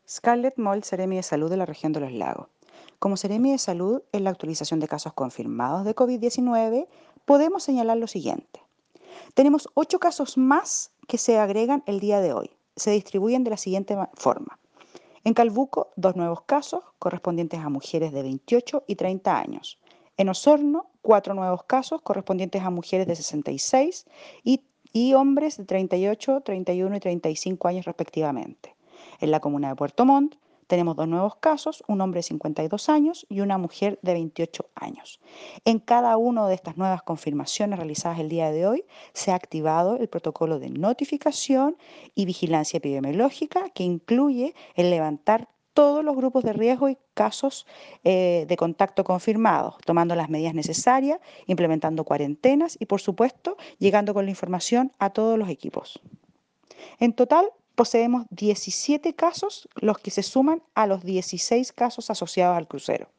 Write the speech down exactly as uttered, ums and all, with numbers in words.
Scarlett Moll, Seremi de Salud de la región de los lagos. Como Seremi de Salud, en la actualización de casos confirmados de COVID diecinueve, podemos señalar lo siguiente. Tenemos ocho casos más que se agregan el día de hoy. Se distribuyen de la siguiente ma- forma. En Calbuco, dos nuevos casos correspondientes a mujeres de veintiocho y treinta años. En Osorno, cuatro nuevos casos correspondientes a mujeres de sesenta y seis y, y hombres de treinta y ocho, treinta y uno y treinta y cinco años respectivamente. En la comuna de Puerto Montt tenemos dos nuevos casos, un hombre de cincuenta y dos años y una mujer de veintiocho años. En cada una de estas nuevas confirmaciones realizadas el día de hoy se ha activado el protocolo de notificación y vigilancia epidemiológica que incluye el levantar todos los grupos de riesgo y casos eh, de contacto confirmados, tomando las medidas necesarias, implementando cuarentenas y, por supuesto, llegando con la información a todos los equipos. En total, poseemos diecisiete casos, los que se suman a los dieciséis casos asociados al crucero.